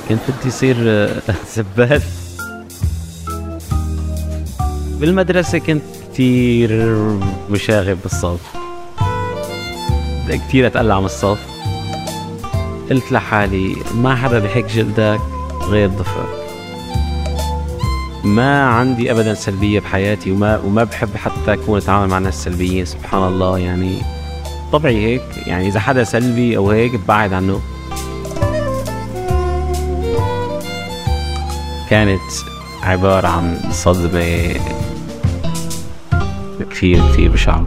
كنت بدي يصير زبال. بالمدرسة كنت كتير مشاغب بالصف، كتير أتقلع من الصف. قلت لحالي ما حدا بحك جلدك غير ضفرك. ما عندي أبدا سلبية بحياتي، وما بحب حتى أكون أتعامل مع الناس سلبيين. سبحان الله، يعني طبعي هيك. يعني إذا حدا سلبي أو هيك ببعد عنه. كانت عبارة عن صدمة كثير بشعة.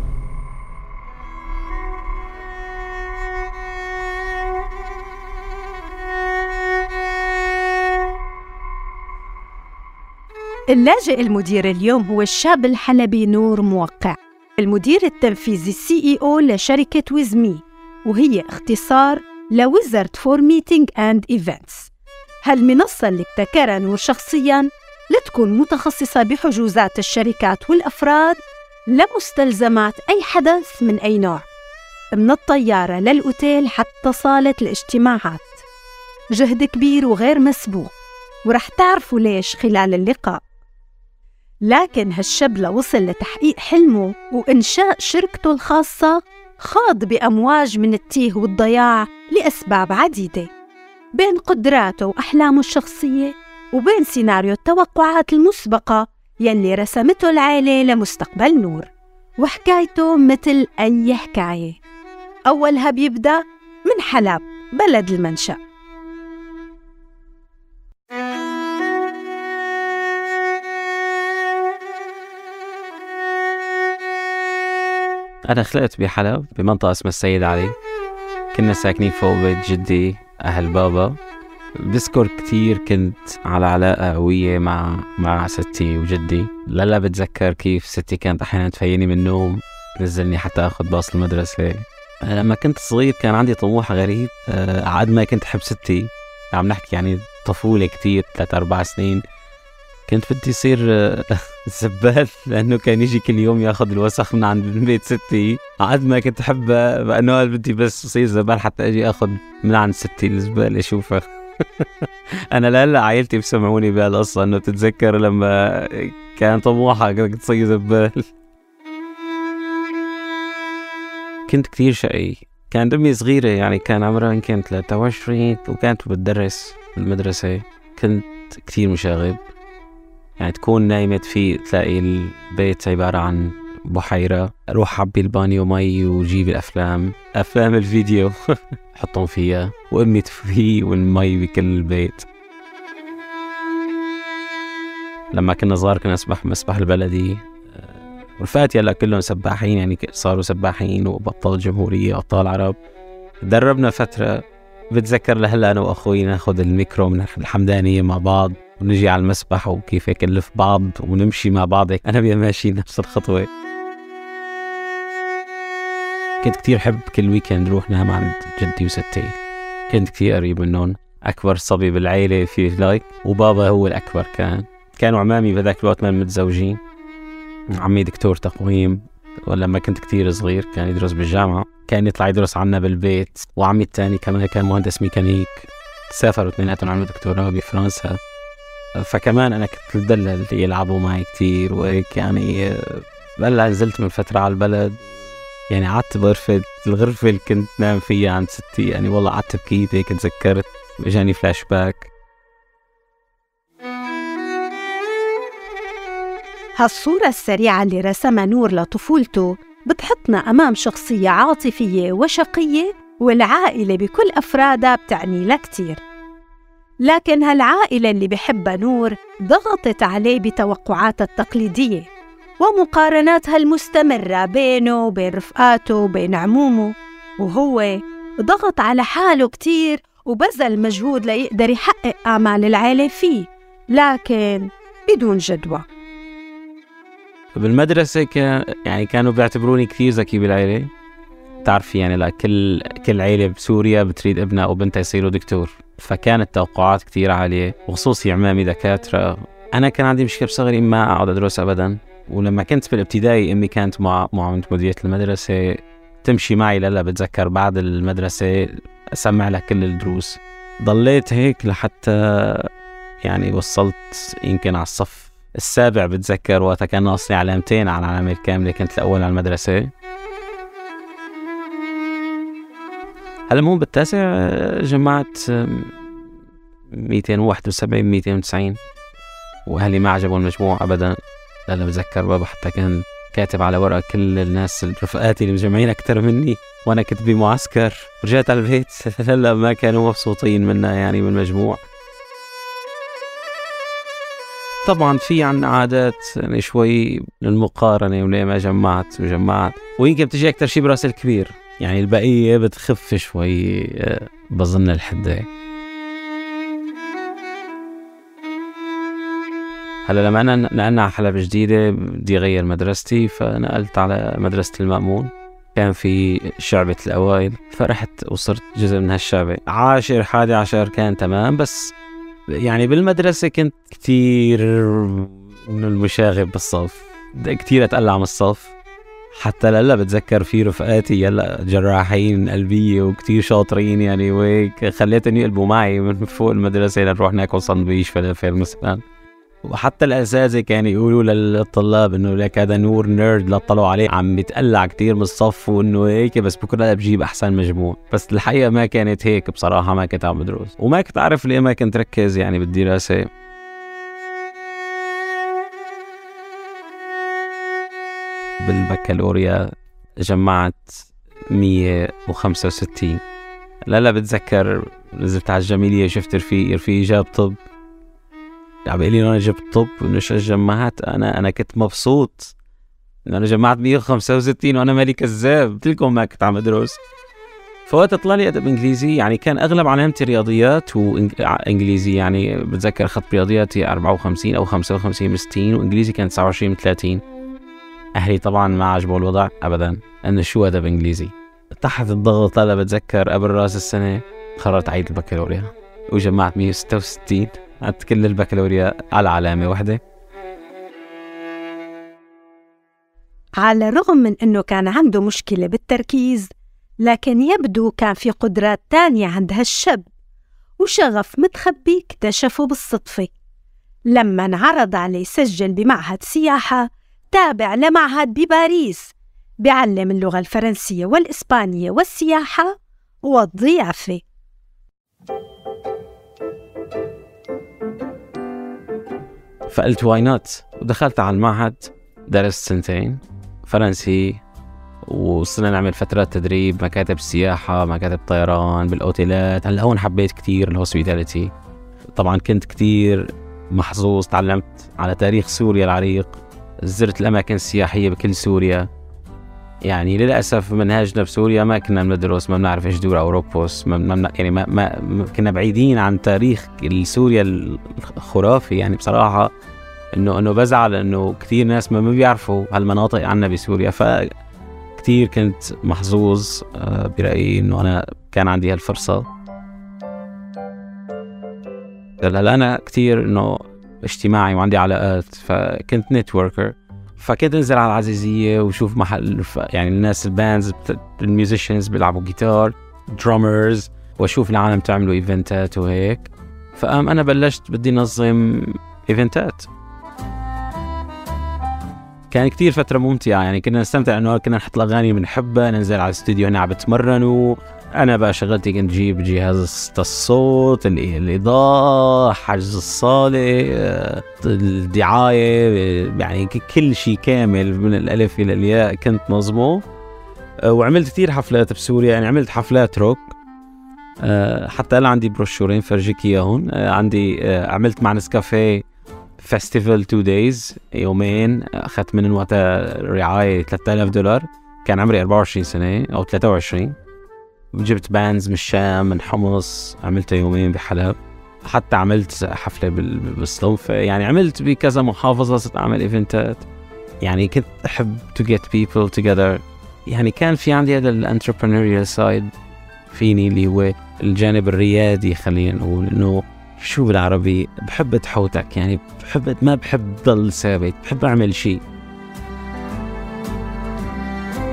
اللاجئ المدير اليوم هو الشاب الحلبي نور موقع، المدير التنفيذي CEO لشركة ويزمي، وهي اختصار لويزارد فور ميتينج أند إيفنتس. هالمنصة اللي ابتكرها نور شخصياً لتكون متخصصة بحجوزات الشركات والأفراد لمستلزمات أي حدث من أي نوع، من الطيارة للأوتيل حتى صالة الاجتماعات. جهد كبير وغير مسبوق، ورح تعرفوا ليش خلال اللقاء. لكن هالشاب لوصل لتحقيق حلمه وإنشاء شركته الخاصة خاض بأمواج من التيه والضياع لأسباب عديدة، بين قدراته وأحلامه الشخصية وبين سيناريو التوقعات المسبقة يلي رسمته العائلة لمستقبل نور. وحكايته مثل أي حكاية أولها بيبدأ من حلب بلد المنشأ. أنا خلقت بحلب بمنطقة اسمها السيد علي. كنا ساكنين فوق بيت جدي أهل بابا. بذكر كتير كنت على علاقة قوية مع ستي وجدي. لا بتذكر كيف ستي كانت أحيانا تفيني من النوم، تنزلني حتى أخذ باص المدرسة. لما كنت صغير كان عندي طموح غريب. عاد ما كنت أحب ستي، عم نحكي يعني طفولة كتير 3-4 سنين. كنت بدي يصير زبال، لأنه كان يجي كل يوم ياخذ الوسخ من عند بيت ستي. عاد ما كنت أحبه، بأنه بدي بس أصير زبال حتى أجي أخذ من عند ستي الزبالة أشوفها. أنا لا عائلتي بسمعوني بهالقصة، أنه تتذكر لما كان طموحك إنك تصير زبال. كنت كتير شقي. كان دمي صغيرة، يعني كان عمرها يمكن 23 وكانت بتدرس بالمدرسة. كنت كتير مشاغب، يعني تكون نايمة فيه تلاقي البيت عبارة عن بحيرة. أروح عبي البانيو مي وجيب أفلام الفيديو حطهم فيها، وأمي تفي والمي بكل البيت. لما كنا صغار كنا نسبح مسبح البلدي. ورفقاتي هلا كلهم سباحين، يعني صاروا سباحين وبطل جمهورية وأبطال عرب. دربنا فترة. بتذكر لهلا أنا وأخوي ناخد الميكرو من الحمدانية مع بعض ونجي على المسبح، وكيف هيك نلف بعض ونمشي مع بعض هيك أنا ماشي نفس الخطوة. كنت كتير حب كل ويكند نروح نام عند جدي وستي. كنت كتير قريب منهم، أكبر صبي بالعائلة في لايك، وبابا هو الأكبر. كانوا عمامي بذاك الوقت ما متزوجين. عمي دكتور تقويم، ولما كنت كتير صغير كان يدرس بالجامعة، كان يطلع يدرس عنا بالبيت. وعمي الثاني كمان كان مهندس ميكانيك، سافروا اثنيناتهم عملوا دكتوراه بفرنسا. فكمان أنا كنت الدلة اللي يلعبوا معي كتير وهيك. يعني بلا نزلت من فترة على البلد، يعني قعدت بغرفة الغرفة اللي كنت نام فيها عند ستي. يعني والله قعدت بكيت هيك، تذكرت اجاني فلاش باك. هالصورة السريعة اللي رسمها نور لطفولته بتحطنا أمام شخصية عاطفية وشقية، والعائلة بكل أفرادها بتعني له كتير. لكن هالعائلة اللي بحبها نور ضغطت عليه بتوقعاتها التقليدية ومقارناتها المستمرة بينه وبين رفقاته وبين عمومه، وهو ضغط على حاله كتير وبذل مجهود ليقدر يحقق آمال العائلة فيه، لكن بدون جدوى. بالمدرسة كانوا بيعتبروني كثير ذكي بالعائلة. تعرفي يعني لا كل عائلة بسوريا بتريد ابنها أو بنتها يصيروا دكتور، فكانت توقعات كتير عالية، وخصوصي عمامي دكاترة. أنا كان عندي مشكلة بصغري ما أقعد أدرس أبدا. ولما كنت بالابتدائي أمي كانت معاونة مديرية المدرسة تمشي معي. لا بتذكر بعد المدرسة أسمع لها كل الدروس. ضليت هيك لحتى يعني وصلت يمكن على الصف السابع. بتذكر وقتها كان ناقصني علامتين على العلامة الكاملة، كنت الأول على المدرسة. هلا مو بالتاسع جمعت 271 290، وأهلي ما عجبوا المجموع أبدا. لا بتذكر بابا حتى كان كاتب على ورقة كل الناس رفقاتي اللي مجمعين أكتر مني، وأنا كنت بمعسكر. رجعت على البيت هلا ما كانوا مبسوطين منا يعني من المجموع. طبعا في عنا عادات يعني شوي للمقارنة، وليه ما جمعت وجمعت، ويمكن بتجي أكتر شي براس الكبير، يعني البقية بتخف شوي بظن الحدة. هلا لما أنا نقلنا على حلب جديدة بدي أغير مدرستي، فنقلت على مدرسة المأمون. كان في شعبة الأوائل، فرحت وصرت جزء من هالشعبة. 10 11 كان تمام، بس يعني بالمدرسة كنت كتير من المشاغب بالصف، كتير أتقلع من الصف. حتى للا بتذكر في رفقاتي يلا جراحين قلبية وكتير شاطرين يعني، وهيك خليتني يقلبوا معي من فوق المدرسة لنروح ناكل صندويش فلافل مثلا. وحتى الأساتذة كانوا يقولوا للطلاب إنه لك هذا نور نيرد، لا تطلعوا عليه عم بيتقلع كتير من الصف وإنه هيك، بس بكرة بجيب أحسن مجموع. بس الحقيقة ما كانت هيك بصراحة، ما كنت عم بدرس وما كنت أعرف ليه ما كنت ركز يعني بالدراسة. بالبكالوريا جمعت 165. لا بتذكر نزلت على الجميلية، شفت رفيقي جاب طب، عم بيقول لي أنا جبت طب ونش جمعت. أنا كنت مبسوط إن أنا جمعت 165 وأنا مالي كذاب، قلت لكم ما كنت عم أدرس. فوقت طلع لي أدب إنجليزي، يعني كان أغلب علامتي رياضيات وإنجليزي. يعني بتذكر خط رياضياتي 54 أو 55 من 60، وإنجليزي كان 29 من 30. أهلي طبعا ما عجبوا الوضع أبدا، إنه شو أدب إنجليزي. تحت الضغط هلا بتذكر قبل راس السنة قررت أعيد البكالوريا وجمعت 166. عدت كل البكالوريا على علامة واحدة. على الرغم من أنه كان عنده مشكلة بالتركيز، لكن يبدو كان في قدرات تانية عند هالشاب، وشغف متخبي اكتشفه بالصدفة لما انعرض عليه يسجل بمعهد سياحة تابع لمعهد بباريس بيعلم اللغة الفرنسية والإسبانية والسياحة والضيافة. فقلت واي نوت، ودخلت على المعهد. درست 2 سنين فرنسي، وصرنا نعمل فترات تدريب مكاتب السياحة، مكاتب طيران، بالأوتيلات. هلا هون حبيت كتير الهوسبيتاليتي. طبعا كنت كتير محظوظ، تعلمت على تاريخ سوريا العريق، زرت الأماكن السياحية بكل سوريا. يعني للأسف منهاجنا بسوريا ما كنا ندرس، ما بنعرف إيش دور أوروبوس، يعني ما كنا بعيدين عن تاريخ سوريا الخرافي. يعني بصراحة إنه بزعل إنه كتير ناس ما بيعرفوا هالمناطق عنا بسوريا. فكتير كنت محظوظ برأيي إنه أنا كان عندي هالفرصة. هلا أنا كتير إنه اجتماعي وعندي علاقات، فكنت نتوركر. فكنت انزل على العزيزية وشوف محل يعني الناس الباندز الميوزيشنز بيلعبوا جيتار، درامرز، واشوف العالم تعملوا ايفنتات وهيك. فقام انا بلشت بدي نظم ايفنتات. كان كتير فترة ممتعة، يعني كنا نستمتع انه كنا نحط الاغاني بنحبها، ننزل على الاستوديو هنا عم بتمرن، انا بقى شغلتي كنت جيب جهاز الصوت، الاضاءة، حجز الصالة، الدعاية، يعني كل شيء كامل من الالف الى الياء كنت نظمه. وعملت كتير حفلات بسوريا، يعني عملت حفلات روك. حتى هلا عندي بروشورين فرجيك اياهم. عملت مع نسكافيه فيستيفال 2 days، يومين، اخذت من وقتها رعاية $3000. كان عمري 24 سنة او 23. جبت باندز من الشام، من حمص، عملتها يومين بحلب. حتى عملت حفلة بالصنف، يعني عملت بكذا محافظة، صرت أعمل إيفنتات. يعني كنت أحب to get people together. يعني كان في عندي هذا الانتربرينوريال سايد فيني، اللي هو الجانب الريادي، خلينا نقول إنه شو بالعربي، بحب تحوتك، يعني ما بحب ضل ثابت، بحب أعمل شيء.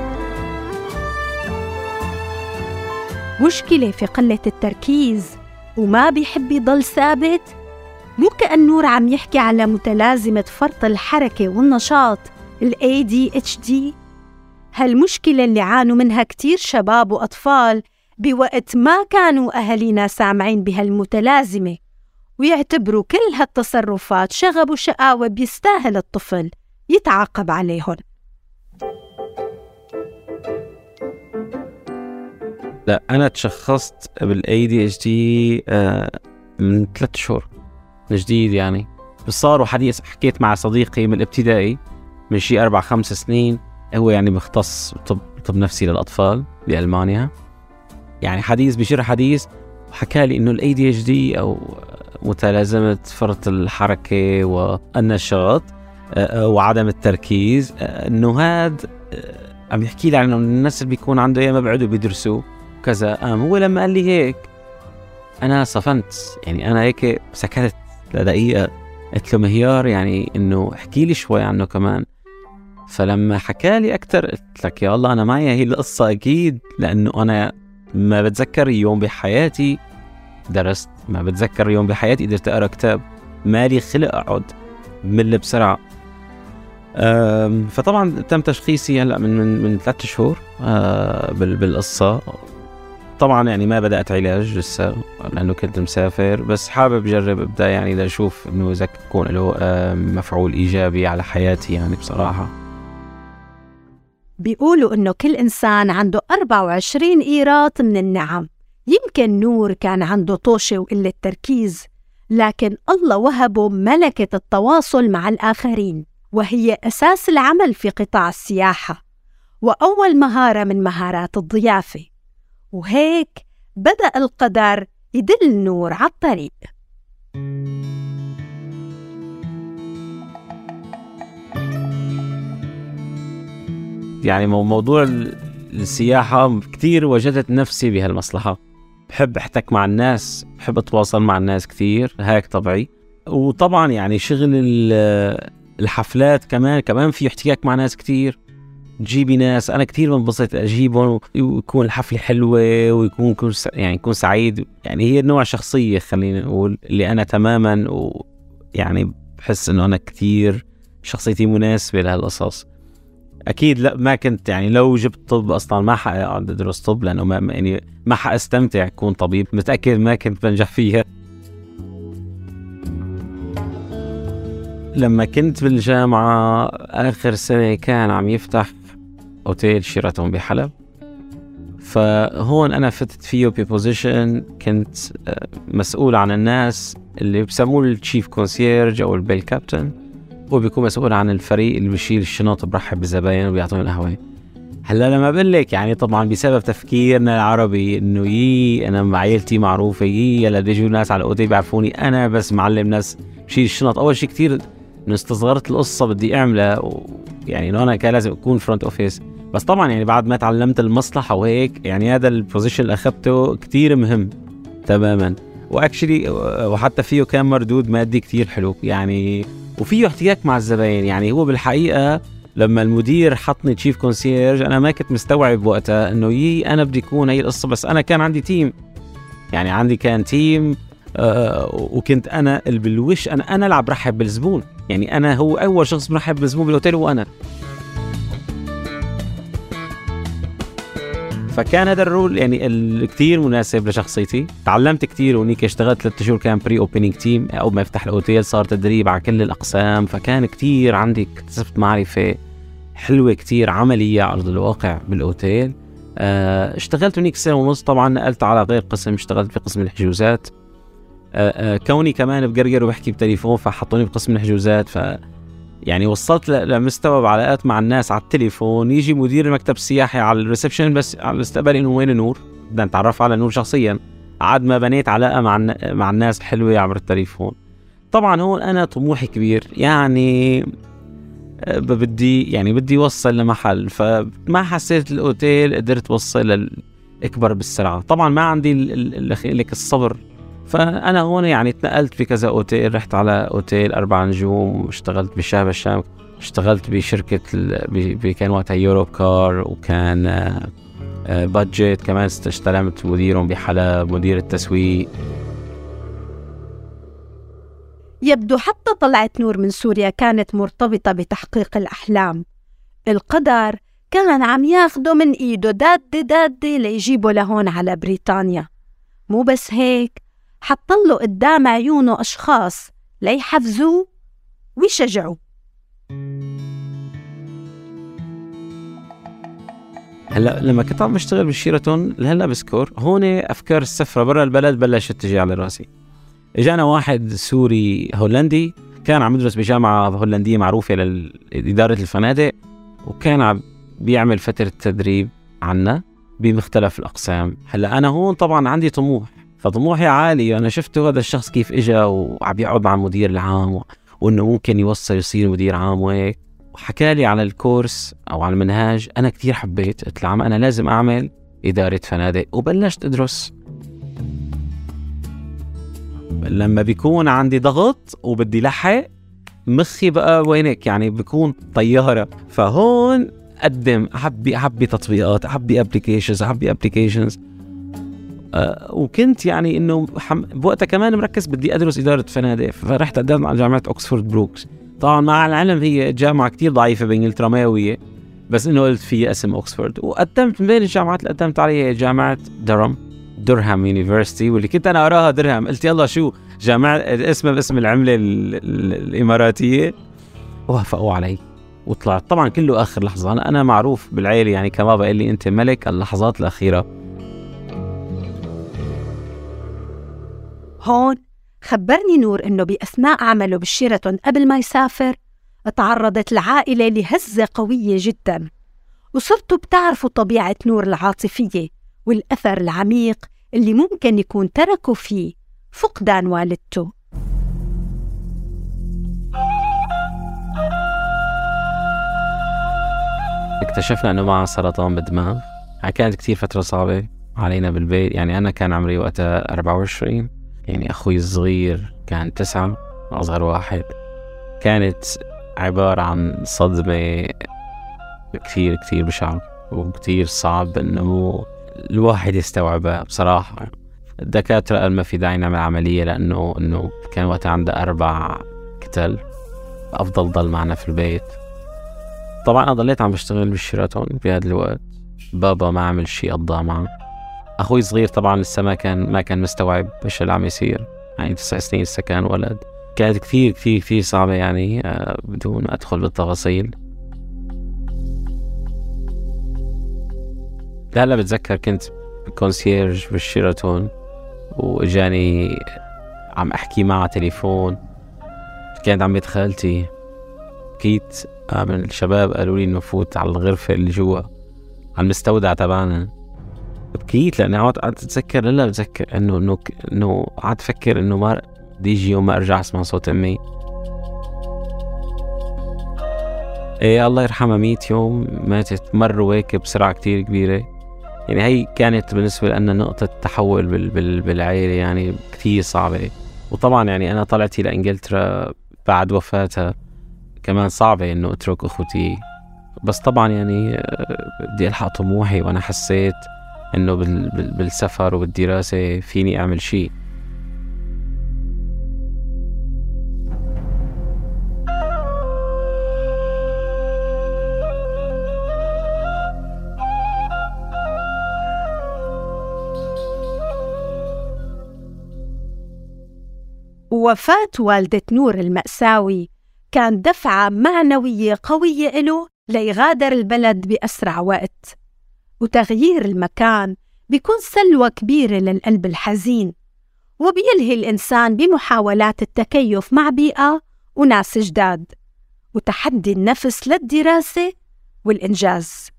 مشكلة في قلة التركيز وما بيحب يضل ثابت؟ مو كأن نور عم يحكي على متلازمة فرط الحركة والنشاط ال ADHD؟ هالمشكلة اللي عانوا منها كتير شباب وأطفال بوقت ما كانوا أهالينا سامعين بهالمتلازمة، ويعتبروا كل هالتصرفات شغب وشقاوة بيستاهل الطفل يتعاقب عليهم. لا، أنا تشخصت بال ADHD من 3 شهور جديد يعني. بس صاروا حديث، حكيت مع صديقي من الابتدائي من شي 4-5 سنين، هو يعني مختص طب نفسي للأطفال بألمانيا، يعني حديث بشير حديث، وحكى لي إنه ال ADHD أو متلازمة فرط الحركة والنشاط وعدم التركيز، إنه هاد عم يحكي لي عنه الناس اللي بيكون عنده أيام بيقعدوا بيدرسوا كذا. هو لما قال لي هيك أنا صفنت، يعني أنا هيك سكتت لدقيقة، قلت له مهيار يعني إنه احكي لي شوي عنه كمان. فلما حكى لي أكتر قلت لك يا الله أنا معي هي القصة أكيد، لأنه أنا ما بتذكر يوم بحياتي درست، ما بتذكر يوم بحياتي قدرت أقرأ كتاب، مالي خلق أقعد مل بسرعة. فطبعا تم تشخيصي هلأ من 3 شهور بالقصة. طبعا يعني ما بدأت علاج لسه لأنه كنت مسافر، بس حابب أجرب أبدأ يعني لأشوف إنه إذا يكون له مفعول إيجابي على حياتي يعني بصراحة. بيقولوا إنه كل إنسان عنده 24 قيراط من النعم. يمكن نور كان عنده طوشة وقلة تركيز، لكن الله وهبه ملكة التواصل مع الآخرين، وهي أساس العمل في قطاع السياحة وأول مهارة من مهارات الضيافة. وهيك بدأ القدر يدل نور على الطريق. يعني موضوع السياحة كتير وجدت نفسي بهالمصلحة، بحب احتك مع الناس، بحب اتواصل مع الناس كتير، هيك طبعي. وطبعا يعني شغل الحفلات كمان في احتكاك مع ناس كتير، تجيبي ناس أنا كتير بنبسط أجيبهم ويكون الحفلة حلوة ويكون يعني يكون سعيد. يعني هي نوع شخصية خلينا نقول اللي أنا تماما، ويعني بحس إنه أنا كتير شخصيتي مناسبة لهالقصص. أكيد لا ما كنت يعني لو جبت طب أصلا ما حقعد أدرس طب، لأنه ما حأستمتع أكون طبيب، متأكد ما كنت بنجح فيها. لما كنت بالجامعة آخر سنة كان عم يفتح أوتيل شيراتون بحلب، فهون أنا فتت فيه ببوزيشن، كنت مسؤول عن الناس اللي بسموه الشيف كونسيرج أو البيل كابتن، هو بيكون مسؤول عن الفريق اللي بيشيل الشنط برحب بالزباين وبيعطون القهوة. هلا لما بقول لك يعني طبعا بسبب تفكيرنا العربي إنه أنا مع عائلتي معروفة، يلا بيجوا ناس على الأوتيل بيعرفوني أنا بس معلم ناس بشيل الشنط. أول شيء كتير إنه استصغرت القصة بدي أعملها، يعني إنه أنا كان لازم أكون فرونت أوفيس. بس طبعا يعني بعد ما تعلمت المصلحة وهيك، يعني هذا البوزيشن اللي أخذته كتير مهم تماما، وأكشلي وحتى فيه كان مردود مادي كتير حلو يعني، وفيه احتكاك مع الزباين. يعني هو بالحقيقة لما المدير حطني تشيف كونسيرج أنا ما كنت مستوعب وقتها إنه أنا بدي أكون هي القصة، بس أنا كان عندي تيم، يعني عندي كان تيم وكنت أنا اللي بالوش أنا اللي عم برحب بالزبون، يعني أنا هو أول شخص برحب بالزبون بالأوتيل وأنا. فكان هذا الرول يعني كتير مناسب لشخصيتي. تعلمت كتير ونيك اشتغلت 3 شهور كان بري اوبننج تيم، أول ما يفتح الأوتيل صار تدريب على كل الأقسام، فكان كتير عندي اكتسبت معرفة حلوة كتير عملية على أرض الواقع بالأوتيل. اشتغلت هناك 1.5 سنة، طبعا نقلت على غير قسم، اشتغلت في قسم الحجوزات. كوني كمان بقرقر وبحكي بتليفون فحطوني بقسم الحجوزات، يعني وصلت لمستوى بعلاقات مع الناس على التليفون، يجي مدير المكتب السياحي على الريسبشن بس على الاستقبال انه وين نور، بدنا نتعرف على نور شخصيا. عاد ما بنيت علاقة مع الناس حلوة عبر التليفون. طبعا هون انا طموحي كبير، يعني بدي وصل لمحل، فما حسيت الأوتيل قدرت وصل لأكبر بالسرعة. طبعا ما عندي لك الصبر، فأنا هون يعني اتنقلت بكذا أوتيل، رحت على أوتيل 4 نجوم، اشتغلت بشهب الشام، اشتغلت بشركة كان وقتها يوروب كار، وكان بادجت كمان استلمت مديرهم بحلب، مدير التسويق. يبدو حتى طلعة نور من سوريا كانت مرتبطة بتحقيق الأحلام. القدر كان عم ياخده من إيده دادة ليجيبه لهون على بريطانيا. مو بس هيك، حطله قدام عيونه أشخاص ليحفزوه ويشجعوه. هلا لما كنت عم بشتغل بالشيراتون لهلا بذكر هون افكار السفره برا البلد بلشت تجي على راسي. اجانا واحد سوري هولندي كان عم يدرس بجامعه هولنديه معروفه لاداره الفنادق، وكان عم بيعمل فتره تدريب عنا بمختلف الاقسام. هلا انا هون طبعا عندي طموح، فطموحي عالي. انا شفته هذا الشخص كيف اجى وعم يقعد مع المدير العام وانه ممكن يوصل يصير مدير عام وهيك، وحكى لي على الكورس أو على المنهاج. أنا كتير حبيت، قلت له أنا لازم أعمل إدارة فنادق، وبلشت أدرس. لما بيكون عندي ضغط وبدي لحق مخي بقى وينك، يعني بيكون طيارة. فهون أقدم أحبي تطبيقات، أحبي أبليكيشنز. وكنت يعني إنه بوقتها كمان مركز بدي أدرس إدارة فنادق، فرحت قدمت على جامعة أكسفورد بروكس. طبعا مع العلم هي جامعة كتير ضعيفة بإنجلترا ماوية، بس إنه قلت فيها اسم أكسفورد. وقدمت من بين الجامعات اللي قدمت عليها جامعة درهام يونيفرسيتي، واللي كنت أنا أراها درهم. قلت يلا شو جامعة اسمها باسم العملة الإماراتية، ووافقوا علي وطلعت. طبعا كله آخر لحظة. أنا معروف بالعيلة يعني كما بقول لي أنت ملك اللحظات الأخيرة. هون خبرني نور إنه بأثناء عمله بالشيراتون قبل ما يسافر تعرضت العائلة لهزة قوية جداً، وصرتوا بتعرفوا طبيعة نور العاطفية والأثر العميق اللي ممكن يكون تركوا فيه فقدان والدته. اكتشفنا أنه معه سرطان بالدماغ. كانت كتير فترة صعبة علينا بالبيت. يعني أنا كان عمري وقتها 24، يعني أخوي الصغير كان 9، أصغر واحد. كانت عبارة عن صدمة كثير بشعة وكثير صعب إنه الواحد يستوعبها بصراحة. الدكاترة قال ما في داعي نعمل عملية لأنه كان وقتها عنده 4 كتل، أفضل ضل معنا في البيت. طبعا أنا ضليت عم بشتغل بالشيراتون بهذا الوقت. بابا ما عمل شيء قضى معه. أخوي صغير طبعا لسه ما كان مستوعب إيش اللي عم يصير، يعني 9 سنين لسه كان ولد. كانت كثير صعبة يعني بدون ما أدخل بالتفاصيل. هلا بتذكر كنت كونسيرج بالشيراتون وإجاني عم أحكي معه تليفون. كانت عمي خالتي. بكيت من الشباب قالوا لي إنه فوت على الغرفة اللي جوا على المستودع تبعنا. بكيت لأني قعدت أتذكر. لا بتذكر إنه قعدت أفكر إنه ما بدي يجي يوم ما أرجع أسمع صوت أمي. إيه الله يرحمها 100 يوم ماتت، مروا هيك بسرعة كتير كبيرة. يعني هي كانت بالنسبة لنا نقطة تحول بالعائلة يعني كتير صعبة. وطبعا يعني أنا طلعتي لإنجلترا بعد وفاتها كمان صعبة إنه أترك أخوتي. بس طبعا يعني بدي ألحق طموحي، وأنا حسيت إنه بالسفر وبالدراسة فيني أعمل شيء. وفاة والدة نور المأساوي كان دفعة معنوية قوية له ليغادر البلد بأسرع وقت. وتغيير المكان بيكون سلوى كبيرة للقلب الحزين، وبيلهي الإنسان بمحاولات التكيف مع بيئة وناس جداد، وتحدي النفس للدراسة والإنجاز.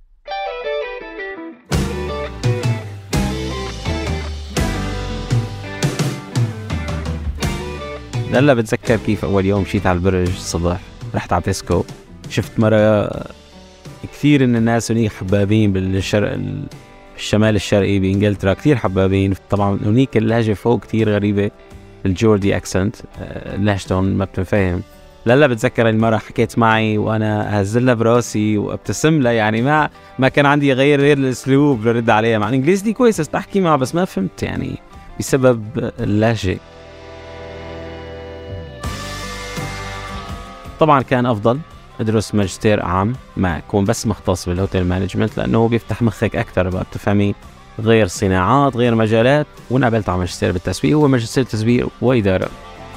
هلا بتذكر كيف أول يوم مشيت على البرج الصبح، رحت على تيسكو، شفت مرة كثير من الناس هنيك حبابين بالشرق الشمال الشرقي بإنجلترا، كثير حبابين. طبعا هنيك اللهجة فوق كثير غريبة، الجوردي أكسنت، لهجتهم ما بتنفهم. لا بتذكر المرة حكيت معي وأنا هزلها براسي وابتسم لها، يعني ما كان عندي غير الأسلوب لرد عليها. مع الإنجليزي كويس استحكي معه، بس ما فهمت يعني بسبب اللهجة. طبعا كان أفضل أدرس ماجستير أعم ما أكون بس مختص بالهوتيل مانجمنت، لأنه بيفتح مخك أكثر بقى بتفهمي غير صناعات غير مجالات. ونقبلت على ماجستير بالتسويق، هو ماجستير تسويق وإدارة.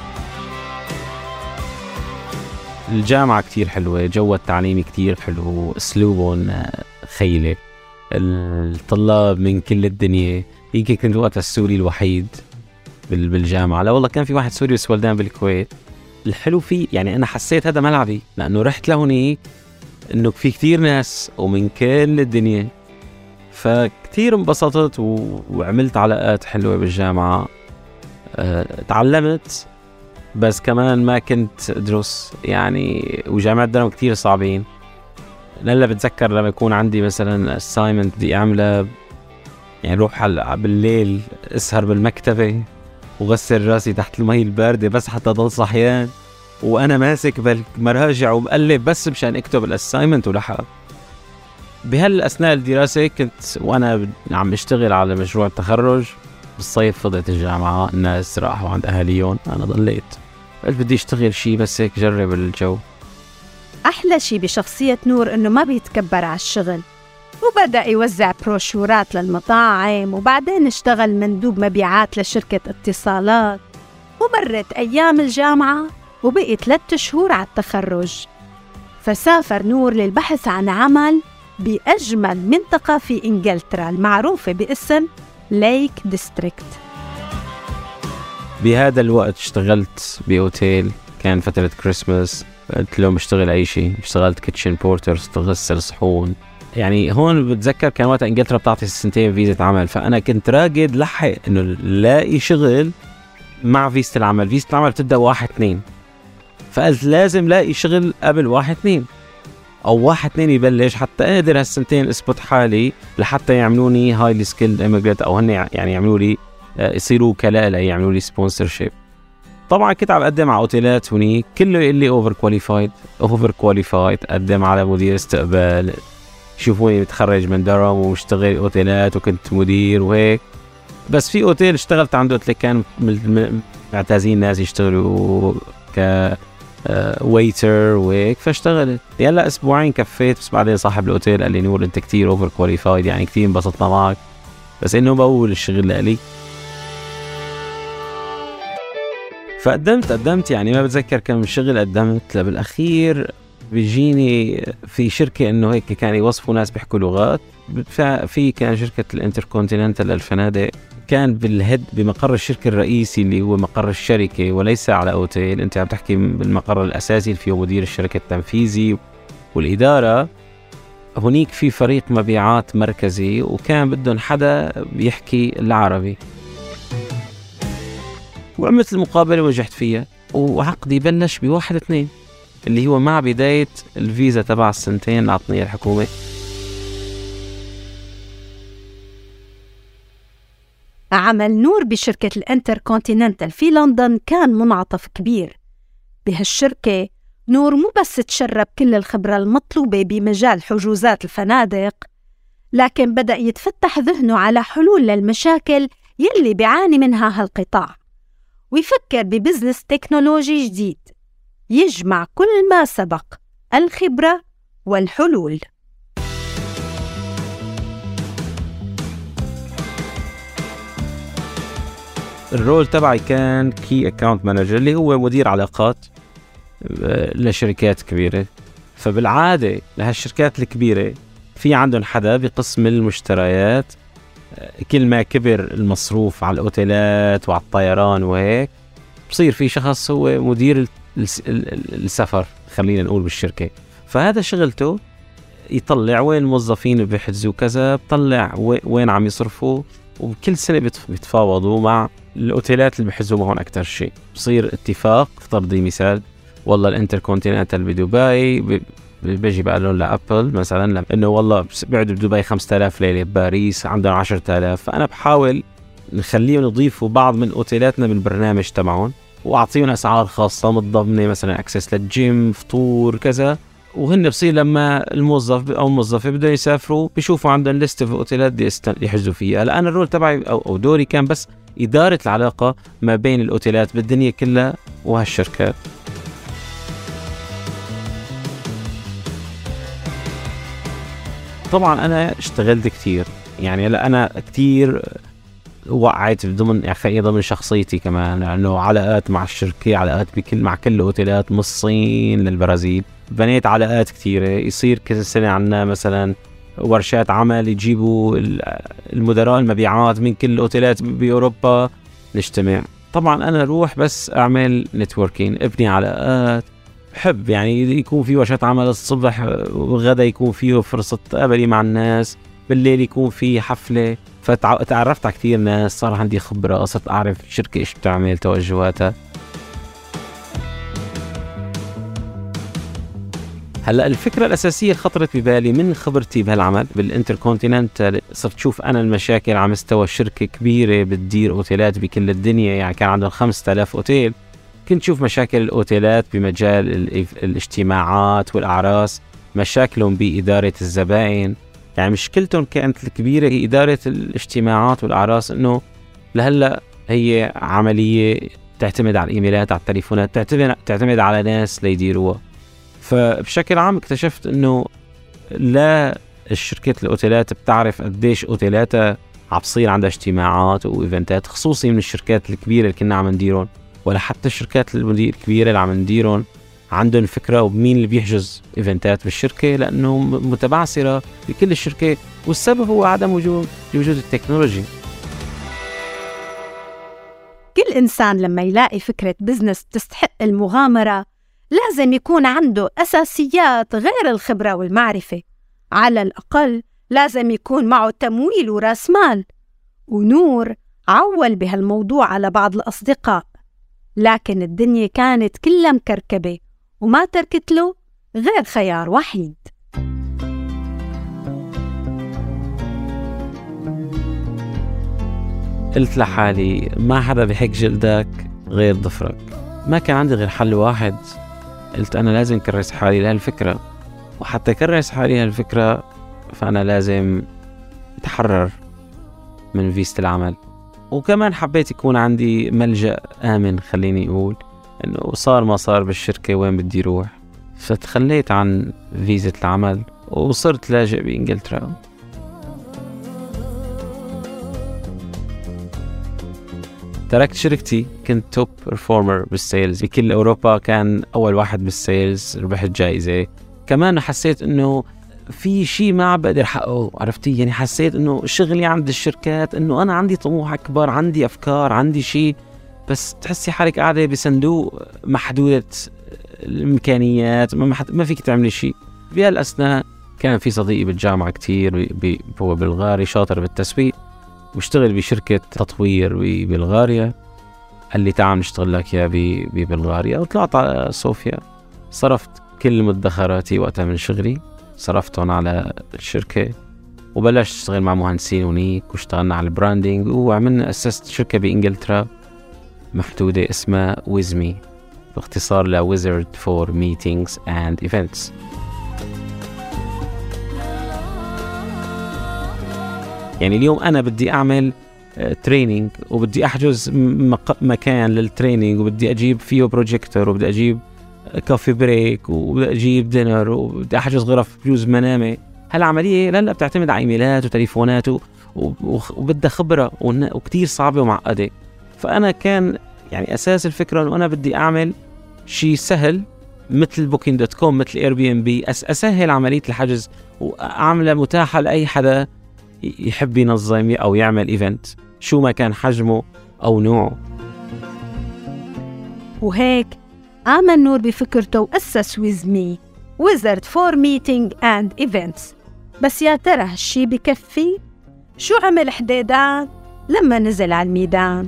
الجامعة كتير حلوة، جو التعليمي كتير حلو، أسلوبهم خيلة، الطلاب من كل الدنيا. يمكن كنت وقت السوري الوحيد بالجامعة، لا والله كان في واحد سوري بس ولدان بالكويت. الحلو فيه يعني أنا حسيت هذا ملعبي، لأنه رحت لهونيك إنه في كتير ناس ومن كل الدنيا، فكتير انبسطت وعملت علاقات حلوة بالجامعة. تعلمت، بس كمان ما كنت أدرس يعني، وجامعة درهم كتير صعبين. لألا بتذكر لما يكون عندي مثلا assignment بدي أعمله، يعني روح بالليل أسهر بالمكتبة وغسل راسي تحت المي الباردة بس حتى ضل صحيان، وأنا ماسك بالمراجع ومقلب بس مشان أكتب الأسايمنت ولحق. بهالأثناء الدراسة كنت وأنا عم اشتغل على مشروع التخرج. بالصيف فضيت الجامعة، الناس راحوا عند أهاليهم، أنا ضليت قلت بدي اشتغل شي بس هيك جرب الجو. أحلى شي بشخصية نور إنه ما بيتكبر على الشغل، وبدأ يوزع بروشورات للمطاعم، وبعدين اشتغل مندوب مبيعات لشركة اتصالات. ومرت أيام الجامعة وبقي 3 شهور على التخرج، فسافر نور للبحث عن عمل بأجمل منطقة في إنجلترا المعروفة باسم ليك ديستريكت. بهذا الوقت اشتغلت بأوتيل، كان فترة كريسماس، قلت لهم اشتغل أي شيء. اشتغلت كيتشن بورتر، غسل صحون. يعني هون بتذكر كان وقت إنجلترا بتعطي 2 فيزة عمل، فأنا كنت راقد لحق إنه لاقي شغل مع فيزة العمل. فيزة العمل بتبدأ 1/2، فقلت لازم لاقي شغل قبل 1/2 أو 1/2 يبلش حتى أقدر هالسنتين أثبت حالي لحتى يعملوني هايلي سكيلد إيميجرانت، أو هن يعني يعملوا لي يصيروا وكلاء لي، يعملوا لي سبونسرشيب. طبعا كنت عم أقدم على أوتيلات هنيك، كله يقول لي أوفر كواليفايد. أقدم على مدير استقبال، شوفوني متخرج من درهم ومشتغل أوتيلات وكنت مدير وهيك. بس في أوتيل اشتغلت عنده اللي كان معتازين ناس يشتغلوا ويتر وهيك، فاشتغلت. يلا 2 أسبوع كفيت، بس بعدين صاحب الأوتيل قال لي نور أنت كتير أوفر كواليفايد، يعني كتير انبسطنا معك، بس إنه بقول الشغل لألي. فقدمت يعني ما بتذكر كم شغل قدمت. بالأخير بيجيني في شركة إنه هيك كان يوصفوا ناس بيحكوا لغات. في كان شركة الانتركونتيننتال للفنادق، كان بالهد بمقر الشركة الرئيسي اللي هو مقر الشركة وليس على أوتيل. أنت عم تحكي بالمقر الأساسي اللي فيه مدير الشركة التنفيذي والإدارة. هناك في فريق مبيعات مركزي، وكان بدهم حدا بيحكي العربي. وعملت المقابلة وجحت فيها، وعقدي بلش ب1/2 اللي هو مع بداية الفيزا تبع 2 سنين عطني الحكومة. عمل نور بشركة الانتركونتيننتال في لندن كان منعطف كبير. بهالشركة نور مو بس تشرب كل الخبرة المطلوبة بمجال حجوزات الفنادق، لكن بدأ يتفتح ذهنه على حلول للمشاكل يلي بيعاني منها هالقطاع، ويفكر ببزنس تكنولوجي جديد يجمع كل ما سبق، الخبرة والحلول. الرول تبعي كان كي اكاونت مانجر، اللي هو مدير علاقات لشركات كبيرة. فبالعادة لهالشركات الكبيرة في عندهم حدا بقسم المشتريات، كل ما كبر المصروف على الأوتيلات وعلى الطيران وهيك بصير في شخص هو مدير السفر خلينا نقول بالشركة. فهذا شغلته يطلع وين الموظفين بيحجزوا كذا، بطلع وين عم يصرفوا، وكل سنة بيتفاوضوا مع الأوتيلات اللي بيحجزوا معهم أكتر شيء. بصير اتفاق، افترضي مثال والله الانتركونتيننتال بدبي بيجي بقى لهم لأبل مثلا إنه والله بيقعدوا بدبي 5000 ليلة، بباريس عندهم 10,000، فأنا بحاول نخليهم يضيفوا بعض من أوتيلاتنا بالبرنامج تبعهم، وأعطيهم أسعار خاصة متضمنة مثلا أكسس للجيم، فطور كذا. وهن بصير لما الموظف أو الموظفة بدهم يسافروا بيشوفوا عندهم ليست في أوتيلات دي يحجزوا فيها. الآن الرول تبعي أو دوري كان بس إدارة العلاقة ما بين الأوتيلات بالدنيا كلها وهالشركات. طبعا أنا اشتغلت كتير، يعني لا أنا كتير وقعت ضمن شخصيتي كمان، لأنه علاقات مع الشركة، علاقات مع كل أوتيلات من الصين للبرازيل، بنيت علاقات كتيرة. يصير كل سنة عنا مثلا ورشات عمل، يجيبوا المدراء المبيعات من كل الأوتيلات بأوروبا نجتمع. طبعا أنا أروح بس أعمل نتوركين، ابني علاقات، بحب يعني يكون في ورشات عمل الصبح والغدا يكون فيه فرصة تقابلي مع الناس، بالليل يكون في حفلة. فتعرفت على كثير ناس، صار عندي خبرة، صرت أعرف الشركة إيش بتعمل، توجهاتها. هلأ الفكرة الأساسية خطرت ببالي من خبرتي بهالعمل بالإنتركونتيننتال. صرت شوف أنا المشاكل على مستوى شركة كبيرة بتدير أوتيلات بكل الدنيا، يعني كان عندهم 5000 أوتيل. كنت شوف مشاكل الأوتيلات بمجال الاجتماعات والأعراس، مشاكلهم بإدارة الزبائن. يعني مشكلتهم كانت الكبيرة هي إدارة الاجتماعات والأعراس، إنه لهلأ هي عملية تعتمد على الإيميلات، على التليفونات، تعتمد على ناس ليديروها. فبشكل عام اكتشفت إنه لا، الشركة الأوتيلات بتعرف قديش أوتيلاتها عبصير عندها اجتماعات وإيفنتات، خصوصي من الشركات الكبيرة اللي كنا عم نديرون، ولا حتى الشركات الكبيرة اللي عم نديرون عندهم فكرة ومين اللي بيحجز إيفنتات بالشركة، لأنه متبعثرة بكل الشركة. والسبب هو عدم وجود التكنولوجي. كل إنسان لما يلاقي فكرة بزنس تستحق المغامرة لازم يكون عنده أساسيات غير الخبرة والمعرفة. على الأقل لازم يكون معه تمويل وراس مال. ونور عول بهالموضوع على بعض الأصدقاء، لكن الدنيا كانت كلها مكركبة وما تركت له غير خيار وحيد. قلت لحالي ما حدا بيحك جلدك غير ضفرك. ما كان عندي غير حل واحد، قلت أنا لازم كرس حالي لهالفكرة، وحتى كرس حالي لهالفكرة فأنا لازم أتحرر من فيزة العمل. وكمان حبيت يكون عندي ملجأ آمن، خليني أقول إنه صار ما صار بالشركة وين بدي روح. فتخليت عن فيزة العمل وصرت لاجئ بإنجلترا. تركت شركتي، كنت توب برفورمر بالسيلز بكل أوروبا، كان أول واحد بالسيلز، ربحت جائزة. كمان حسيت إنه في شيء ما بقدر حقه، عرفتي؟ يعني حسيت إنه شغلي عند الشركات، إنه أنا عندي طموح أكبر، عندي أفكار، عندي شيء، بس تحسي حالك قاعدة بصندوق محدودة الإمكانيات، ما فيك تعملي شيء. بهالأثناء كان في صديقي بالجامعة كتير، هو بلغاري شاطر بالتسويق واشتغل بشركة تطوير ببلغاريا. قال لي تعال نشتغل لك يا ببلغاريا. وطلعت على صوفيا، صرفت كل مدخراتي وقتها من شغلي، صرفتهم على الشركة، وبلشت اشتغل مع مهندسين هناك، واشتغلنا على البراندينج، وعملنا أسست شركة بإنجلترا محدودة اسمها ويزمي، باختصار ل Wizard for Meetings and Events. يعني اليوم أنا بدي أعمل تريننج، وبدي أحجز مكان للتريننج، وبدي أجيب فيه بروجيكتور، وبدي أجيب كافي بريك، وبدي أجيب دينر، وبدي أحجز غرف بجوز منامة. هالعملية لا بتعتمد على إيميلات وتليفونات وبدها خبرة وكتير صعبة ومعقدة. فأنا كان يعني أساس الفكرة أنه أنا بدي أعمل شيء سهل مثل Booking.com، مثل Airbnb، أسهل عملية الحجز وأعملها متاحة لأي حدا يحب ينظم أو يعمل إيفنت، شو ما كان حجمه أو نوعه. وهيك آمن نور بفكرته وأسس ويزمي Wizard for Meeting and Events. بس يا ترى هالشي بكفي؟ شو عمل حديدان لما نزل على الميدان؟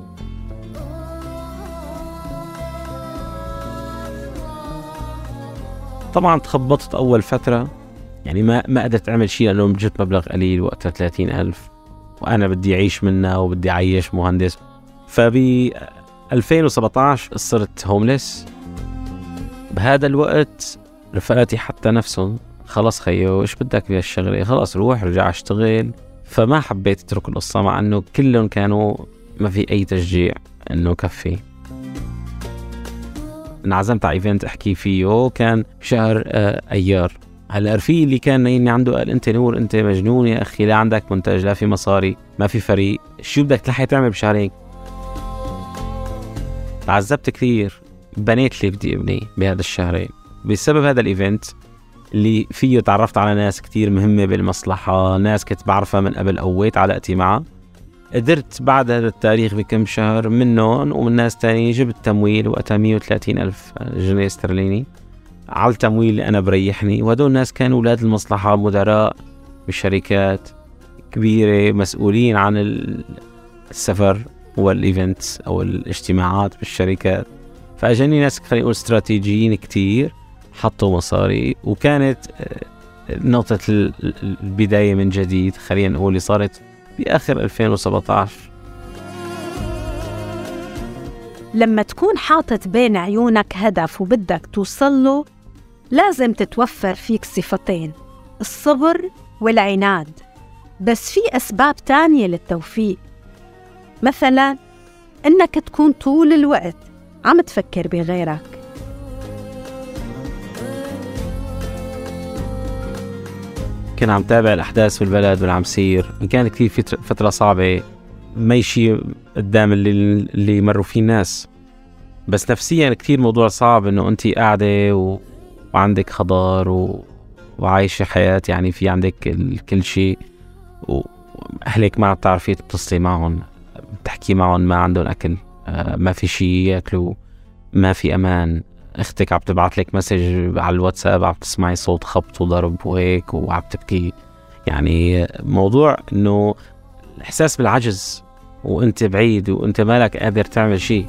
طبعا تخبطت أول فترة، يعني ما قدرت أعمل شيء لأنه جبت مبلغ قليل وقتها 30,000، وأنا بدي أعيش منها وبدي أعيش مهندس. فب 2017 صرت هوملس. بهذا الوقت رفقاتي حتى نفسهم خلاص خيو إيش بدك بهالشغلة، خلاص روح رجع اشتغل. فما حبيت اترك القصة، مع أنه كلهم كانوا ما في أي تشجيع أنه كفي. انعزمت على ايفنت احكي فيه، كان شهر ايار هلا رفيقي اللي كان نايمني عنده قال انت نور انت مجنون يا اخي، لا عندك منتج، لا في مصاري، ما في فريق، شو بدك تلحق تعمل بشهرين؟ تعذبت كثير. بنيت اللي بدي ابني بهذا الشهرين بسبب هذا الايفنت اللي فيه تعرفت على ناس كتير مهمة بالمصلحة، ناس كنت بعرفها من قبل قويت علاقتي معها. قدرت بعد هذا التاريخ بكم شهر منهم ومن ناس تاني جبت تمويل وقتها 130,000 جنيه استرليني على التمويل اللي أنا بريحني. وهدول الناس كانوا أولاد المصلحة، مدراء بشركات كبيرة مسؤولين عن السفر والإيفنتس أو الاجتماعات بالشركات. فأجاني ناس خلينا نقول استراتيجيين كتير حطوا مصاري، وكانت نقطة البداية من جديد خلينا نقول اللي صارت بآخر 2017. لما تكون حاطط بين عيونك هدف وبدك توصله لازم تتوفر فيك صفتين، الصبر والعناد. بس في أسباب تانية للتوفيق، مثلا إنك تكون طول الوقت عم تفكر بغيرك. كنا عم تابع الأحداث في البلد واللي عم يصير، كانت كثير فترة صعبة ماشي قدام اللي مروا فيه الناس، بس نفسيا كثير موضوع صعب إنه أنتي قاعدة وعندك خضار وعايشة حياة يعني في عندك كل شيء، وأهلك ما بتعرفي تتصلي معهم، بتحكي معهم ما عندهم أكل، ما في شيء يأكلوا، ما في أمان. اختك عم تبعت لك مسج على الواتساب عم تسمعي صوت خبط وضرب وهيك وعم تبكي. يعني موضوع انه الاحساس بالعجز وانت بعيد وانت مالك قادر تعمل شيء.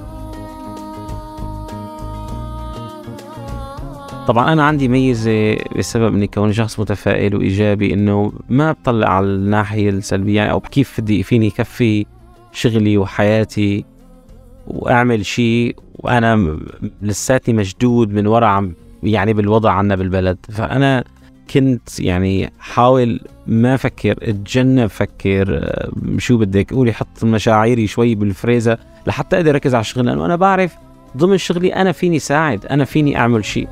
طبعا انا عندي ميزة بسبب اني كوني شخص متفائل وايجابي، انه ما بطلع على الناحية السلبية يعني او كيف فيني كفي شغلي وحياتي واعمل شيء وانا لساتني مشدود من وراء يعني بالوضع عنا بالبلد. فانا كنت يعني حاول ما افكر، اتجنب افكر شو بدك قولي، حط مشاعري شوي بالفريزة لحتى اقدر اركز على الشغل، لانه انا بعرف ضمن شغلي انا فيني ساعد، انا فيني اعمل شيء.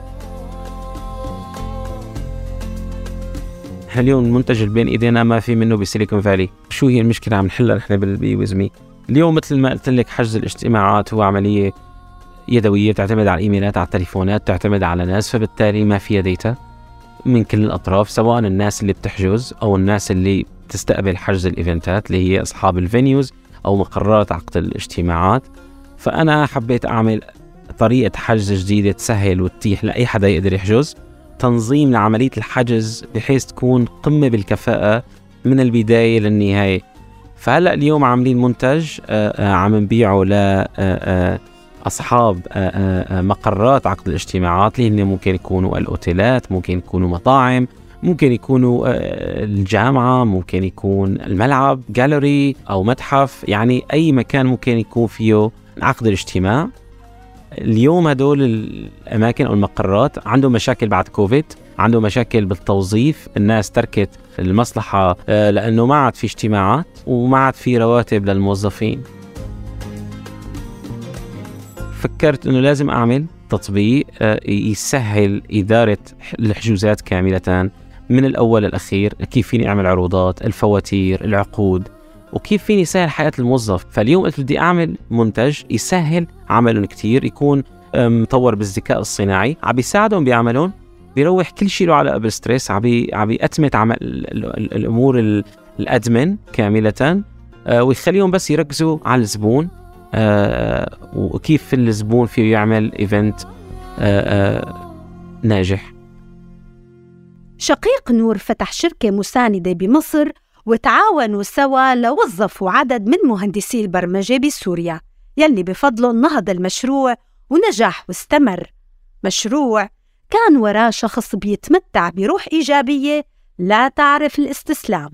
اليوم المنتج اللي بين ايدينا ما في منه بسيليكون فالي. شو هي المشكلة عم نحلها نحن بوزمي اليوم؟ مثل ما قلت لك حجز الاجتماعات هو عملية يدوية، تعتمد على الإيميلات، على التليفونات، تعتمد على ناس، فبالتالي ما فيها ديتا من كل الأطراف، سواء الناس اللي بتحجز أو الناس اللي تستقبل حجز الإيفنتات اللي هي أصحاب الفينيوز أو مقررات عقد الاجتماعات. فأنا حبيت أعمل طريقة حجز جديدة تسهل وتتيح لأي حدا يقدر يحجز، تنظيم لعملية الحجز بحيث تكون قمة بالكفاءة من البداية للنهاية. فهلأ اليوم عاملين منتج عم نبيعه لأصحاب مقرات عقد الاجتماعات اللي ممكن يكونوا الأوتيلات، ممكن يكونوا مطاعم، ممكن يكونوا الجامعة، ممكن يكون الملعب جاليري أو متحف، يعني أي مكان ممكن يكون فيه عقد الاجتماع. اليوم هدول الأماكن أو المقرات عندهم مشاكل بعد كوفيد، عندهم مشاكل بالتوظيف، الناس تركت المصلحة لأنه ما عاد في اجتماعات وما عاد في رواتب للموظفين. فكرت أنه لازم أعمل تطبيق يسهل إدارة الحجوزات كاملة من الأول للأخير، كيف فيني أعمل عروضات، الفواتير، العقود، وكيف فيني سهل حياة الموظف. فاليوم قلت بدي أعمل منتج يسهل عملهم كتير، يكون مطور بالذكاء الصناعي، عم بيساعدهم بعملهم، بيروح كل شيء له علاقة بالستريس، عم بيأتمت عمل الأمور الأدمن كاملة، ويخليهم بس يركزوا على الزبون وكيف الزبون فيه يعمل إيفنت ناجح. شقيق نور فتح شركة مساندة بمصر وتعاونوا سوا لوظفوا عدد من مهندسي البرمجة بسوريا يلي بفضلهم نهض المشروع ونجح واستمر. مشروع كان وراه شخص بيتمتع بروح إيجابية لا تعرف الاستسلام.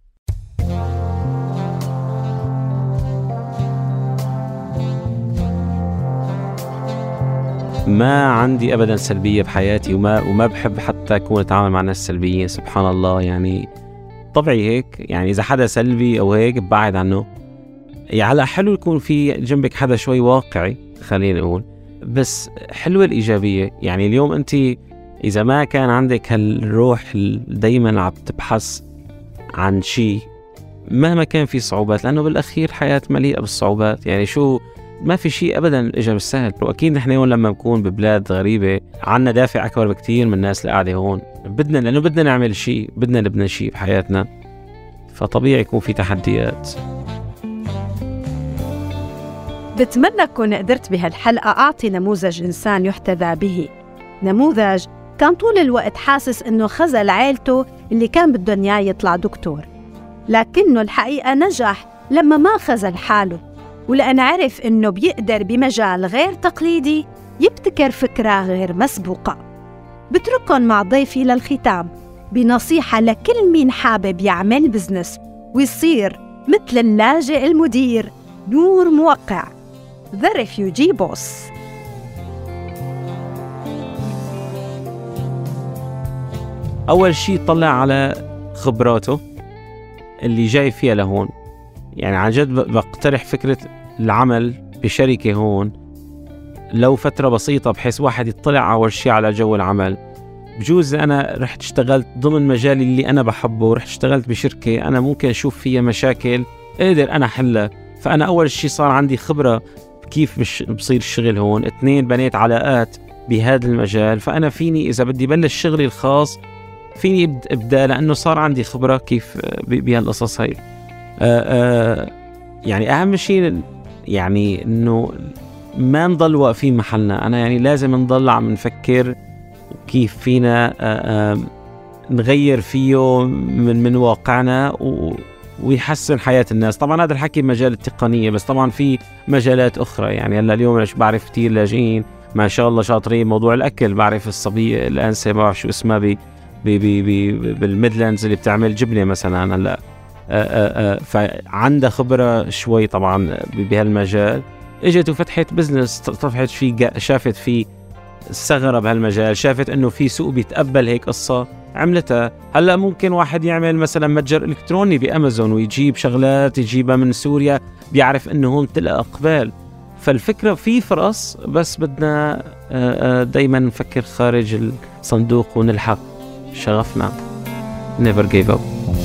ما عندي أبدا سلبية بحياتي وما بحب حتى أكون أتعامل مع ناس سلبيين، سبحان الله. يعني طبعي هيك، يعني إذا حدا سلبي أو هيك بعد عنه. يعني حلو يكون في جنبك حدا شوي واقعي خلينا نقول، بس حلوة الإيجابية. يعني اليوم أنت إذا ما كان عندك هالروح دايما عم تبحث عن شيء مهما كان في صعوبات، لأنه بالأخير حياة مليئة بالصعوبات. يعني شو، ما في شيء أبدا إجا بالسهل. وأكيد نحن هون لما نكون ببلاد غريبة عنا دافع أكبر بكتير من الناس اللي قاعدة هون، لأنه بدنا نعمل شيء، بدنا نبني شيء بحياتنا، فطبيعي يكون في تحديات. بتمنى أكون قدرت بهالحلقة أعطي نموذج إنسان يحتذى به، نموذج كان طول الوقت حاسس إنه خذل عائلته اللي كان بدهم إياه يطلع دكتور، لكنه الحقيقة نجح لما ما خذل حاله، ولأن عرف إنه بيقدر بمجال غير تقليدي يبتكر فكرة غير مسبوقة. بترككن مع ضيفي للختام بنصيحة لكل مين حابب يعمل بزنس ويصير مثل اللاجئ المدير نور موقع، The Refugee Boss. أول شيء طلع على خبراته اللي جاي فيها لهون. يعني عن جد بقترح فكرة العمل بشركة هون لو فترة بسيطة، بحيث واحد يطلع أول شيء على جو العمل. بجوز أنا رحت اشتغلت ضمن مجالي اللي أنا بحبه، ورحت اشتغلت بشركة أنا ممكن أشوف فيها مشاكل قادر أنا حلها، فأنا أول شيء صار عندي خبرة كيف بصير الشغل هون. 2 بنيت علاقات بهذا المجال، فأنا فيني إذا بدي بلش شغلي الخاص فيني ابدأ، لأنه صار عندي خبرة كيف بهالقصص هاي. يعني أهم شيء يعني إنه ما نضل واقفين محلنا. أنا يعني لازم نضل عم نفكر كيف فينا نغير فيه من واقعنا ويحسن حياة الناس. طبعا هذا الحكي مجال التقنية، بس طبعا في مجالات أخرى. يعني هلا اليوم بعرف كتير لاجئين ما شاء الله شاطرين موضوع الأكل. بعرف الصبية الأنسة ما بعرف شو اسمها بالميدلاندز اللي بتعمل جبنة مثلا هلا، فعندها خبرة شوي طبعا بهالمجال. اجت وفتحت بزنس، طفحت فيه، شافت فيه ثغرة بهالمجال، شافت انه في سوق بيتقبل هيك قصة، عملتها. هلا ممكن واحد يعمل مثلا متجر الكتروني بأمازون ويجيب شغلات يجيبها من سوريا، بيعرف انه هون تلقى اقبال. فالفكرة في فرص، بس بدنا دايما نفكر خارج الصندوق ونلحق شغفنا. Never give up.